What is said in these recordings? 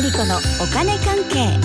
り子のお金関係。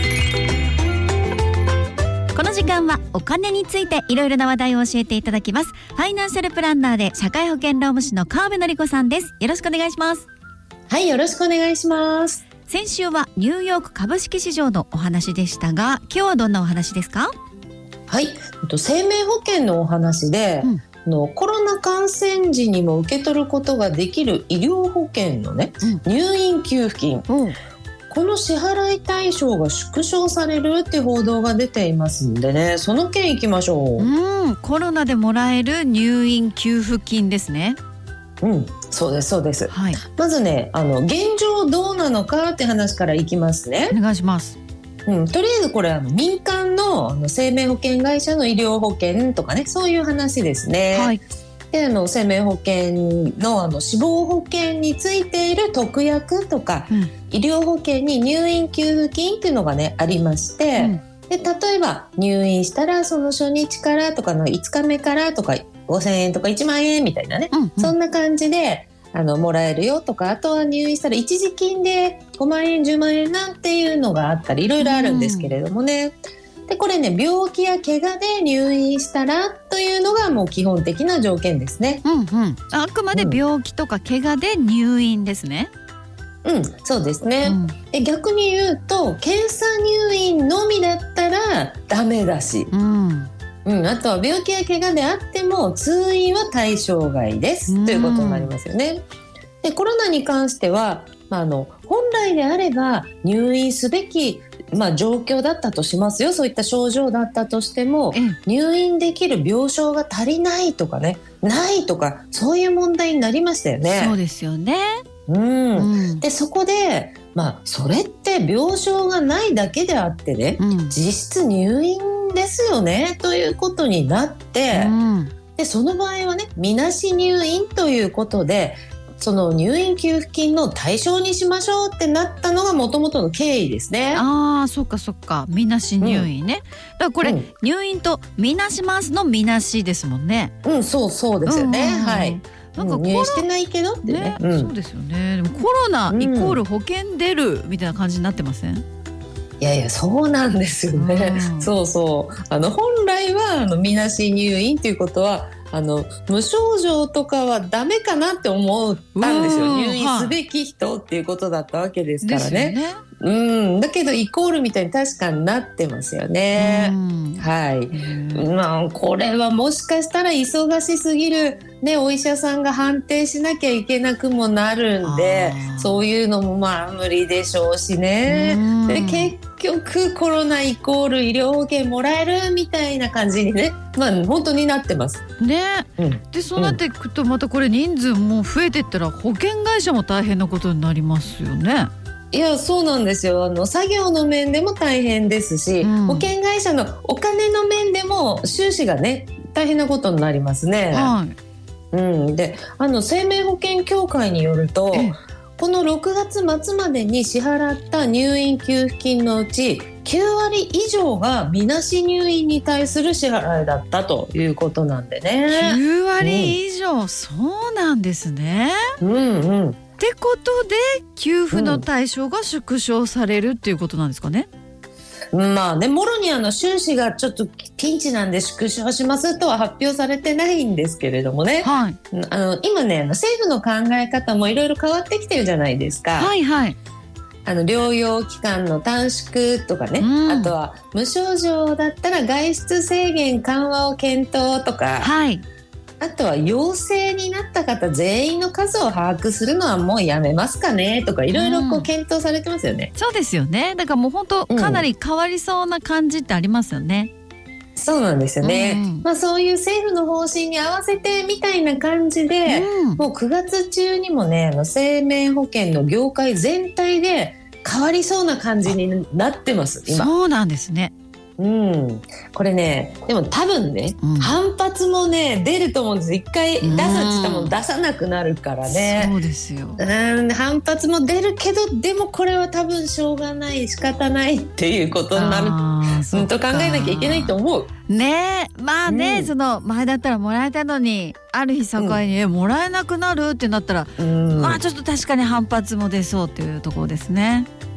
この時間はお金についていろいろな話題を教えていただきます。ファイナンシャルプランナーで社会保険労務士の川辺典子さんです。よろしくお願いします。 はい、よろしくお願いします。 先週はニューヨーク株式市場のお話でしたが、今日はどんなお話ですか？ はい、生命保険のお話で、コロナ感染時にも受け取ることができる医療保険のね、入院給付金、この支払い対象が縮小されるって報道が出ていますんでね、その件いきましょう。 コロナでもらえる入院給付金ですね。 そうですそうです、まずね、現状どうなのかって話からいきますね。 お願いします。 とりあえずこれ民間の生命保険会社の医療保険とかね、そういう話ですね。で生命保険の死亡保険についている特約とか、医療保険に入院給付金っていうのがねありまして、で例えば入院したらその初日からとかの5日目からとか5000円とか1万円みたいなね、そんな感じでもらえるよとか、あとは入院したら一時金で5万円10万円なんていうのがあったり、いろいろあるんですけれどもね。でこれね、病気や怪我で入院したらというのがもう基本的な条件ですね。 あくまで病気とか怪我で入院ですね。 そうですね。で逆に言うと検査入院のみだったらダメだし、あとは病気や怪我であっても通院は対象外ですということになりますよね。でコロナに関しては、本来であれば入院すべき、状況だったとしますよ。そういった症状だったとしても、入院できる病床が足りないとかね、ないとか、そういう問題になりましたよね。 そうですよね。 でそこで、それって病床がないだけであってね、実質入院ですよねということになって、でその場合はね、みなし入院ということでその入院給付金の対象にしましょうってなったのが元々の経緯ですね。 そっかそっか、みなし入院ね。だからこれ、入院とみなしますのみなしですもんね。 そうですよね。なんか入院してないけどってね。 そうですよね。でもコロナイコール保険出るみたいな感じになってません？ いやそうなんですよね。本来はみなし入院ということは無症状とかはダメかなって思ったんですよ。入院すべき人っていうことだったわけですからね。だけどイコールみたいに確かになってますよね。これはもしかしたら忙しすぎる、お医者さんが判定しなきゃいけなくもなるんで、そういうのも無理でしょうしね。で結局コロナイコール医療保険もらえるみたいな感じにね、本当になってますね。でそうなっていくと、またこれ人数も増えていったら保険会社も大変なことになりますよね。 いやそうなんですよ。作業の面でも大変ですし、保険会社のお金の面でも収支がね大変なことになりますね。で生命保険協会によると、この6月末までに支払った入院給付金のうち9割以上がみなし入院に対する支払いだったということなんでね。 9割以上、そうなんですね。ってことで給付の対象が縮小されるっていうことなんですかね。 もろに収支がちょっとピンチなんで縮小しますとは発表されてないんですけれどもね、今ね政府の考え方もいろいろ変わってきてるじゃないですか。療養期間の短縮とかね、あとは無症状だったら外出制限緩和を検討とか、あとは陽性になった方全員の数を把握するのはもうやめますかねとか、いろいろ検討されてますよね。 そうですよね。だからもう本当かなり変わりそうな感じってありますよね。 そうなんですよね。そういう政府の方針に合わせてみたいな感じで、もう9月中にもね生命保険の業界全体で変わりそうな感じになってます今。 そうなんですね。 これね、でも多分ね、反発もね出ると思うんです。一回出すって言ったもん出さなくなるからね。 そうですよ。 反発も出るけど、でもこれは多分しょうがない、仕方ないっていうことになると考えなきゃいけないと思うね。その前だったらもらえたのにある日境に、もらえなくなるってなったら、ちょっと確かに反発も出そうっていうところですね。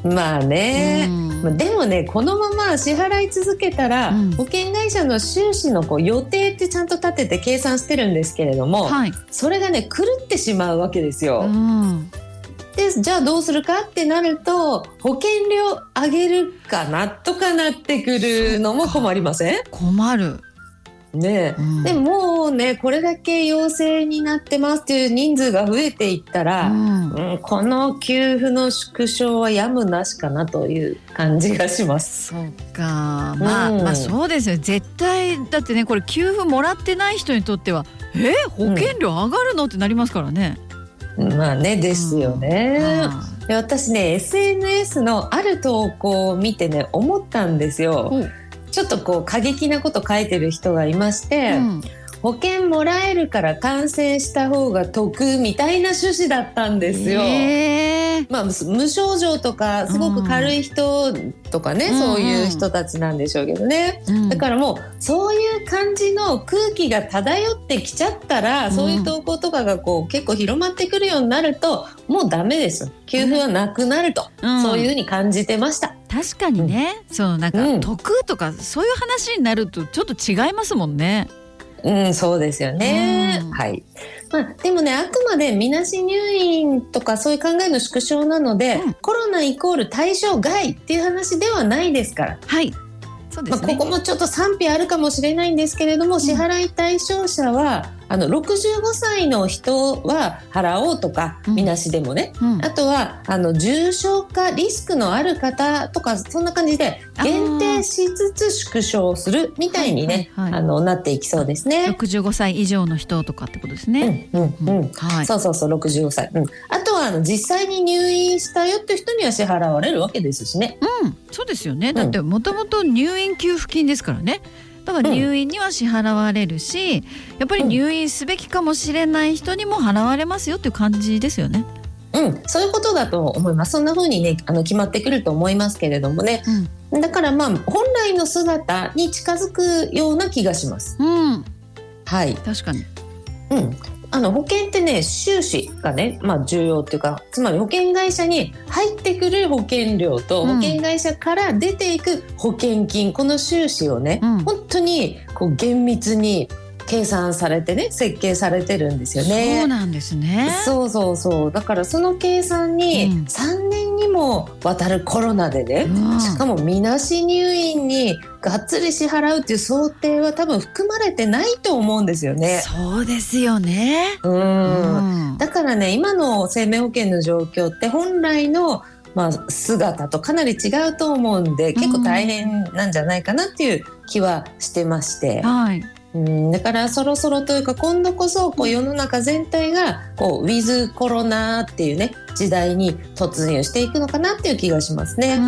まあね、でもねこのまま支払い続けたら、保険会社の収支の予定ってちゃんと立てて計算してるんですけれども、それがね狂ってしまうわけですよ。でじゃあどうするかってなると、保険料上げるかなとかなってくるのも困りません？ 困るね。でもうねこれだけ陽性になってますっていう人数が増えていったら、この給付の縮小はやむなしかなという感じがします。 そうか、まあそうですよ。絶対だってねこれ給付もらってない人にとっては保険料上がるのってなりますからね。 まあねですよね。で私ね SNS のある投稿を見てね思ったんですよ。ちょっと過激なこと書いてる人がいまして、保険もらえるから感染した方が得みたいな趣旨だったんですよ。無症状とかすごく軽い人とかね、そういう人たちなんでしょうけどね、だからもうそういう感じの空気が漂ってきちゃったら、そういう投稿とかが結構広まってくるようになるともうダメですよ。給付はなくなると、そういうふうに感じてました。 確かにね、そうなんか得とかそういう話になるとちょっと違いますもんね。 そうですよね。はい。でもねあくまでみなし入院とかそういう考えの縮小なので、コロナイコール対象外っていう話ではないですから。そうですね。ここもちょっと賛否あるかもしれないんですけれども、支払い対象者は65歳の人は払おうとか、みなしでもね、あとは重症化リスクのある方とかそんな感じで限定しつつ縮小するみたいにね、なっていきそうですね。 65歳以上の人とかってことですね。 そう65歳、あとは実際に入院したよっていう人には支払われるわけですしね。 そうですよね。だってもともと入院給付金ですからね。だから入院には支払われるし、やっぱり入院すべきかもしれない人にも払われますよっていう感じですよね。 そういうことだと思います。そんな風にね決まってくると思いますけれどもね、だから本来の姿に近づくような気がします。はい、 確かに。 保険ってね収支がね、重要っていうか、つまり保険会社に入ってくる保険料と保険会社から出ていく保険金、この収支をね、本当に厳密に計算されてね設計されてるんですよね。 そうなんですね。 そうだからその計算に3年にもわたるコロナでね、しかもみなし入院にがっつり支払うっていう想定は多分含まれてないと思うんですよね。 そうですよね。 だからね今の生命保険の状況って本来の姿とかなり違うと思うんで、結構大変なんじゃないかなっていう気はしてまして、だからそろそろというか今度こそ世の中全体がウィズコロナっていうね時代に突入していくのかなっていう気がしますね。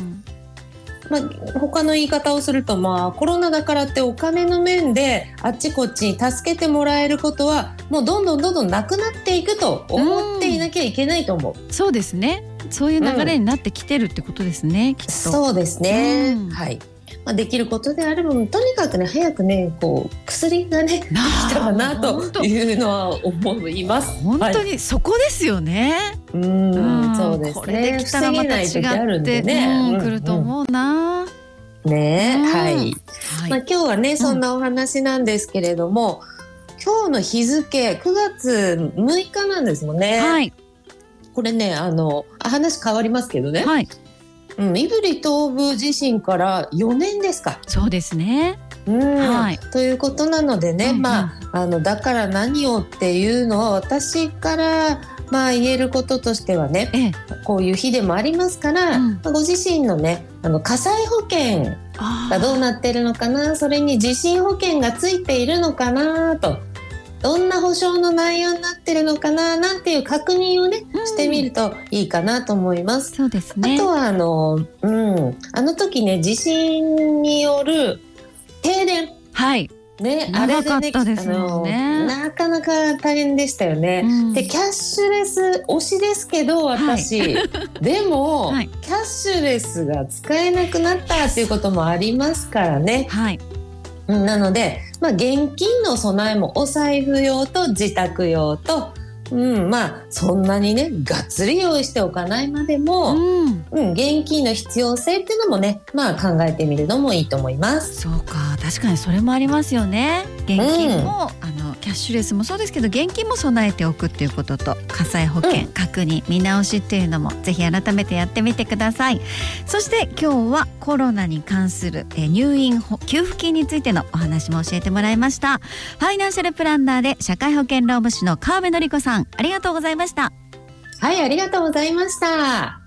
他の言い方をするとコロナだからってお金の面であっちこっちに助けてもらえることはもうどんどんなくなっていくと思っていなきゃいけないと思う。そうですね。 そういう流れになってきてるってことですね、きっと。 そうですね。はい。できることであればとにかくね早くね薬がねできたらなというのは思います。 本当にそこですよね。 そうですね。 これできたらまた違ってくると思うな。 はい。今日はねそんなお話なんですけれども、今日の日付9月6日なんですもんね。これね話変わりますけどね。胆振東部地震から4年ですか。 そうですね。 ということなのでね、だから何をっていうのは私から言えることとしてはね、こういう日でもありますから、ご自身のね火災保険がどうなってるのかな、それに地震保険がついているのかなと、どんな保証の内容になってるのかななんていう確認をね、してみるといいかなと思います。 そうですね。 あとはあの時ね地震による停電、 長かったですもんね。 なかなか大変でしたよね。でキャッシュレス推しですけど私、でも、キャッシュレスが使えなくなったっていうこともありますからね。なので、現金の備えもお財布用と自宅用とまあそんなにねがっつり用意しておかないまでも、現金の必要性っていうのもね、まあ考えてみるのもいいと思います。 そうか、確かにそれもありますよね。現金も、キャッシュレスもそうですけど、現金も備えておくっていうことと、火災保険、確認見直しっていうのもぜひ改めてやってみてください。そして今日はコロナに関する入院給付金についてのお話も教えてもらいました。ファイナンシャルプランナーで社会保険労務士の川辺典子さん、ありがとうございました。 はい、ありがとうございました。